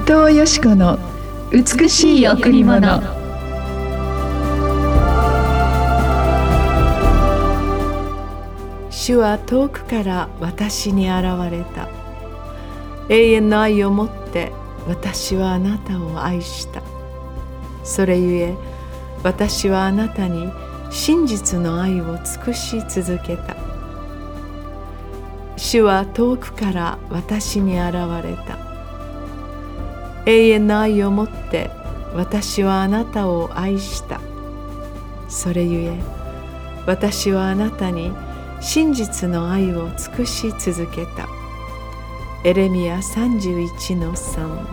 藤よし子の美しい贈り物。 主は遠くから私に現れた。永遠の愛をもって私はあなたを愛した。それゆえ私はあなたに真実の愛を尽くし続けた。主は遠くから私に現れた。永遠の愛をもって私はあなたを愛した。それゆえ私はあなたに真実の愛を尽くし続けた。エレミヤ 31-3。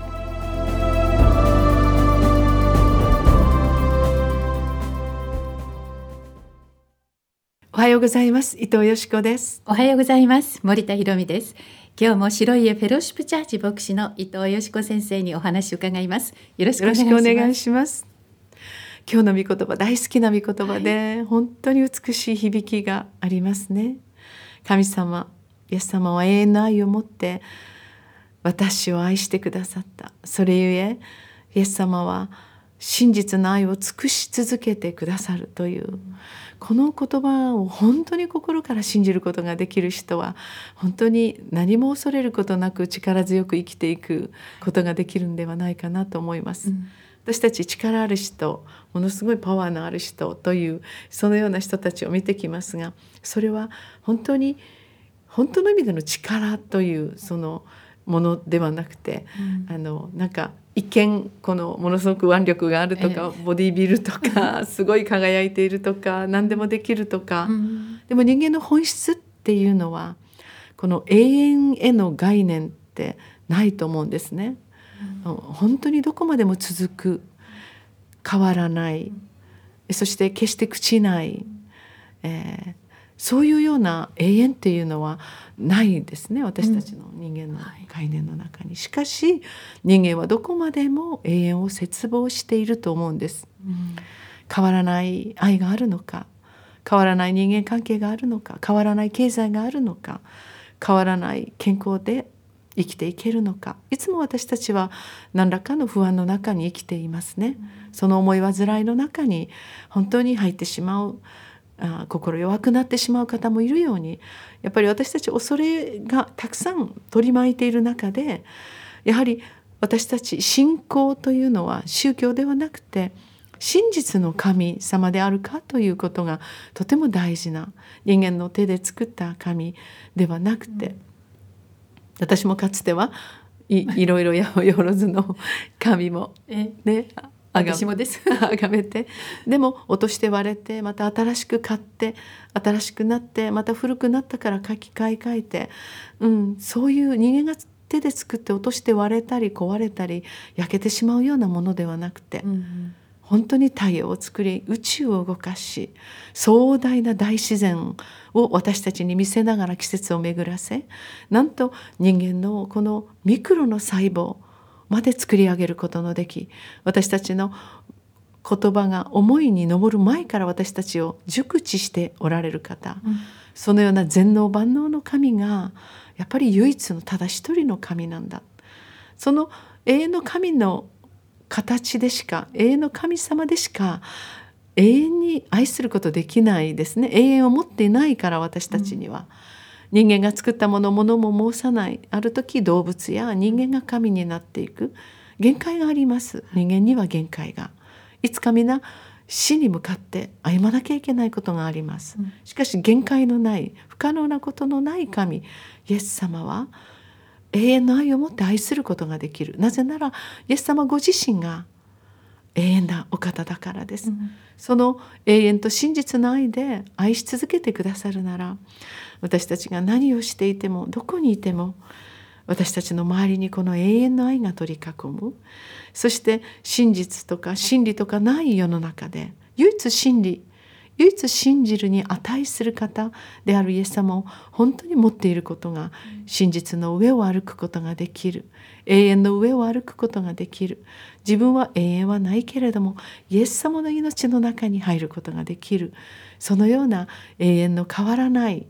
おはようございます。伊藤よし子です。 おはようございます。森田博美です。今日も白家フェローシップチャーチ牧師の伊藤よし子先生にお話を伺います。よろしくお願いします。 今日の御言葉、大好きな御言葉で、本当に美しい響きがありますね。神様、イエス様は永遠の愛を持って私を愛してくださった。それゆえイエス様は真実の愛を尽くし続けてくださるという、この言葉を本当に心から信じることができる人は、本当に何も恐れることなく力強く生きていくことができるんではないかなと思います。私たち力ある人、ものすごいパワーのある人という、そのような人たちを見てきますが、それは本当の意味での力というそのものではなくて、なんか一見このものすごく腕力があるとか、ボディビルとかすごい輝いているとか何でもできるとか、でも人間の本質っていうのはこの永遠への概念ってないと思うんですね。本当にどこまでも続く、変わらない、そして決して朽ちない、そういうような永遠っていうのはないですね、私たちの人間の概念の中に。しかし人間はどこまでも永遠を切望していると思うんです。変わらない愛があるのか、変わらない人間関係があるのか、変わらない経済があるのか、変わらない健康で生きていけるのか。いつも私たちは何らかの不安の中に生きていますね。その思い煩いの中に本当に入ってしまう、心弱くなってしまう方もいるように、やっぱり私たち恐れがたくさん取り巻いている中で、やはり私たち信仰というのは宗教ではなくて真実の神様であるかということがとても大事な、人間の手で作った神ではなくて、私もかつてはいろいろ八百万の神もね、 私もです崇めて、でも落として割れて、また新しく買って、新しくなって、また古くなったから書き換え替えて、そういう人間が手で作って落として割れたり壊れたり焼けてしまうようなものではなくて、本当に太陽を作り、宇宙を動かし、壮大な大自然を私たちに見せながら季節を巡らせ、なんと人間のこのミクロの細胞まで作り上げることのでき、私たちの言葉が思いに上る前から私たちを熟知しておられる方、そのような全能万能の神がやっぱり唯一のただ一人の神なんだ。その永遠の神の形でしか、永遠の神様でしか永遠に愛することできないですね。永遠を持っていないから、私たちには、人間が作ったものも申さない。ある時動物や人間が神になっていく限界があります。人間には限界が、いつか皆死に向かって歩まなきゃいけないことがあります。しかし限界のない、不可能なことのない神イエス様は永遠の愛を持って愛することができる。なぜならイエス様ご自身が永遠なお方だからです。その永遠と真実の愛で愛し続けてくださるなら、私たちが何をしていても、どこにいても、私たちの周りにこの永遠の愛が取り囲む。そして真実とか真理とかない世の中で、唯一真理、唯一信じるに値する方であるイエス様を本当に持っていることが、真実の上を歩くことができる、永遠の上を歩くことができる。自分は永遠はないけれどもイエス様の命の中に入ることができる。そのような永遠の変わらない、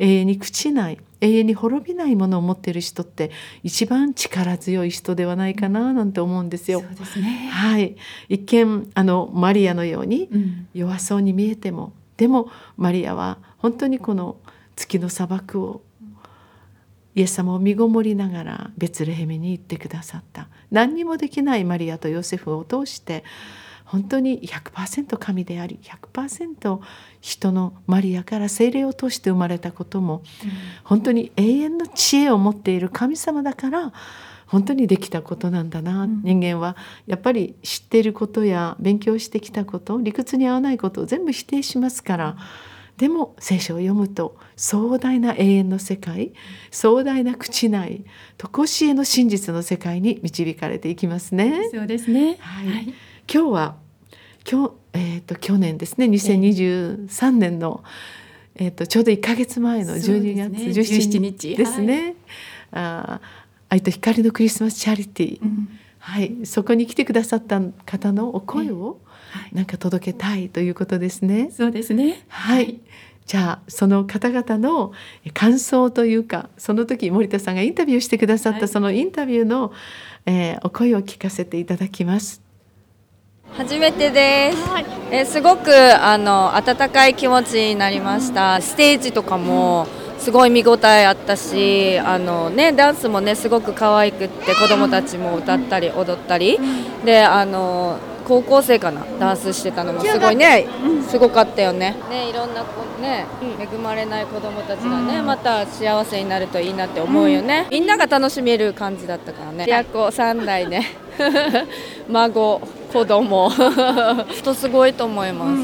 永遠に朽ちない、永遠に滅びないものを持っている人って一番力強い人ではないかななんて思うんですよ。 そうですね。 はい、一見マリアのように弱そうに見えても、でもマリアは本当にこの月の砂漠をイエス様を身ごもりながらベツレヘムに行ってくださった。何にもできないマリアとヨセフを通して本当に 100% 神であり 100% 人のマリアから聖霊を通して生まれたことも、本当に永遠の知恵を持っている神様だから本当にできたことなんだな、人間はやっぱり知っていることや勉強してきたこと、理屈に合わないことを全部否定しますから、でも聖書を読むと壮大な永遠の世界、壮大な朽ちない常しえの真実の世界に導かれていきますね。 そうですね。 はい、今日は去年ですね、2023年の、ちょうど1ヶ月前の12月17日ですね。愛と光のクリスマスチャリティー、はい、そこに来てくださった方のお声をなんか届けたいということですね。 そうですね。 はい、じゃあその方々の感想というか、その時森田さんがインタビューしてくださったそのインタビューの、お声を聞かせていただきます。 初めてです、すごく温かい気持ちになりました。ステージとかもすごい見応えあったし、ダンスもねすごく可愛くって、子どもたちも歌ったり踊ったりで、高校生かな、ダンスしてたのもすごいね、すごかったよね。いろんな恵まれない子どもたちがね、また幸せになるといいなって思うよね。みんなが楽しめる感じだったからね。親子3代ね孫、子供とすごいと思います。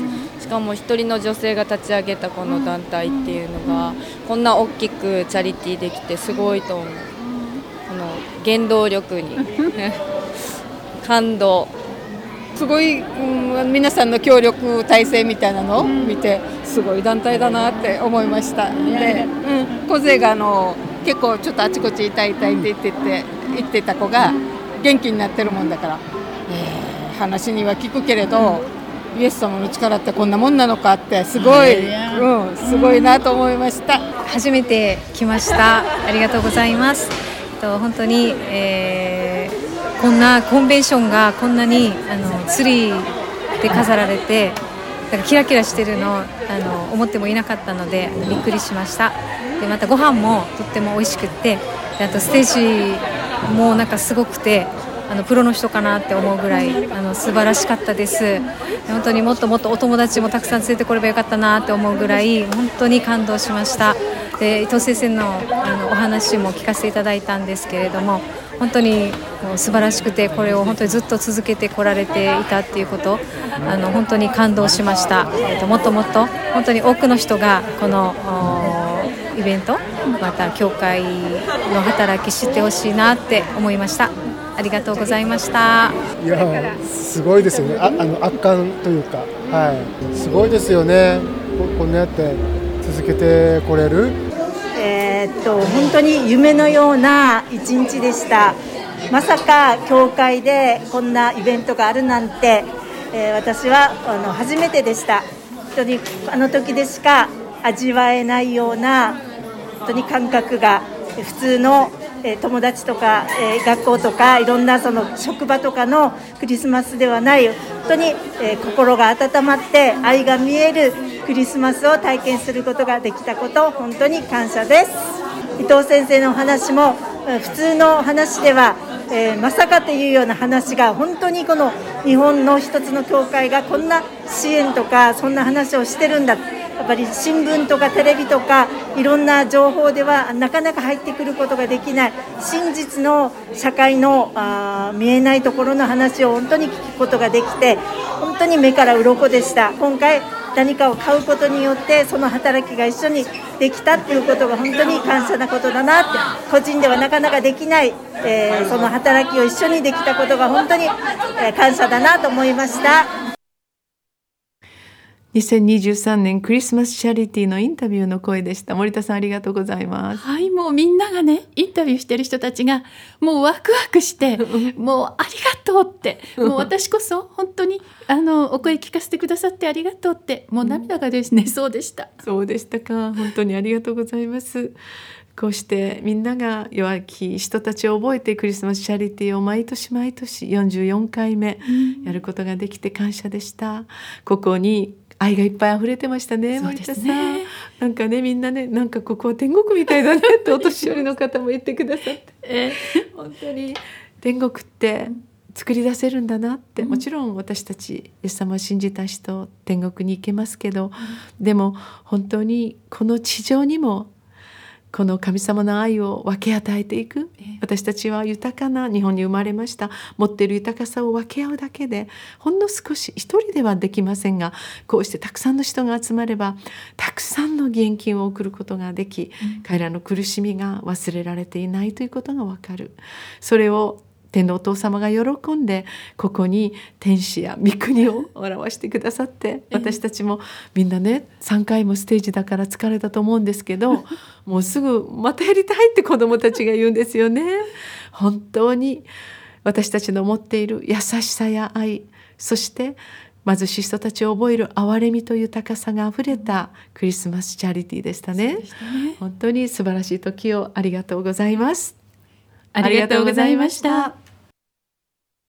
しかも一人の女性が立ち上げたこの団体っていうのがこんな大きくチャリティーできてすごいと思う。この原動力に感動。 すごい、皆さんの協力体制みたいなのを見てすごい団体だなって思いました。で、小勢が結構ちょっとあちこち痛いって言ってた子が元気になってるもんだから、話には聞くけれど、イエス様の力ってこんなもんなのかってすごい、すごいなと思いました。 初めて来ました。ありがとうございます。本当に、こんなコンベンションがこんなにツリーで飾られてなんかキラキラしてるの思ってもいなかったのでびっくりしました。でまたご飯もとっても美味しくって、であとステージもなんかすごくてプロの人かなって思うぐらい素晴らしかったです。本当にもっともっとお友達もたくさん連れてこればよかったなって思うぐらい本当に感動しました。で伊藤先生のお話も聞かせていただいたんですけれども、本当に素晴らしくて、これを本当にずっと続けてこられていたっていうこと本当に感動しました。もっともっと本当に多くの人がこのイベントまた教会の働き知ってほしいなって思いました。ありがとうございました。 いやすごいですよね。圧巻というか、すごいですよね。こんなやって続けてこれる。 本当に夢のような一日でした。まさか教会でこんなイベントがあるなんて、私は初めてでした。本当にあの時でしか味わえないような本当に感覚が、普通の友達とか、学校とかいろんなその職場とかのクリスマスではない、本当に、心が温まって愛が見えるクリスマスを体験することができたこと、本当に感謝です。伊藤先生のお話も普通の話では、まさかというような話が、本当にこの日本の一つの教会がこんな支援とかそんな話をしてるんだ、やっぱり新聞とかテレビとかいろんな情報ではなかなか入ってくることができない真実の社会の見えないところの話を本当に聞くことができて、本当に目から鱗でした。今回何かを買うことによってその働きが一緒にできたっていうことが本当に感謝なことだなって、個人ではなかなかできない、その働きを一緒にできたことが本当に、感謝だなと思いました。 2023年クリスマスチャリティのインタビューの声でした。森田さん、ありがとうございます。 はい、もうみんながね、インタビューしてる人たちがもうワクワクしてもうありがとうって、もう私こそ本当にお声聞かせてくださってありがとうって、もう涙がですね、そうでした。 そうでしたか。本当にありがとうございます。こうしてみんなが弱き人たちを覚えてクリスマスチャリティを毎年毎年44回目やることができて感謝でした。ここに愛がいっぱい溢れてましたね、森田さん。なんかね、みんなね、なんかここは天国みたいだねってお年寄りの方も言ってくださって本当に天国って作り出せるんだなって。もちろん私たちイエス様を信じた人天国に行けますけど、でも本当にこの地上にもこの神様の愛を分け与えていく。私たちは豊かな日本に生まれました。持っている豊かさを分け合うだけで、ほんの少し、一人ではできませんが、こうしてたくさんの人が集まればたくさんの義援金を送ることができ、彼らの苦しみが忘れられていないということが分かる。それを天のお父様が喜んで、ここに天使や御国を表してくださって、私たちもみんなね、3回もステージだから疲れたと思うんですけど、もうすぐまたやりたいって子どもたちが言うんですよね。本当に私たちの持っている優しさや愛、そして貧しい人たちを覚える憐れみと豊かさがあふれたクリスマスチャリティでしたね。本当に素晴らしい時をありがとうございます。 ありがとうございました。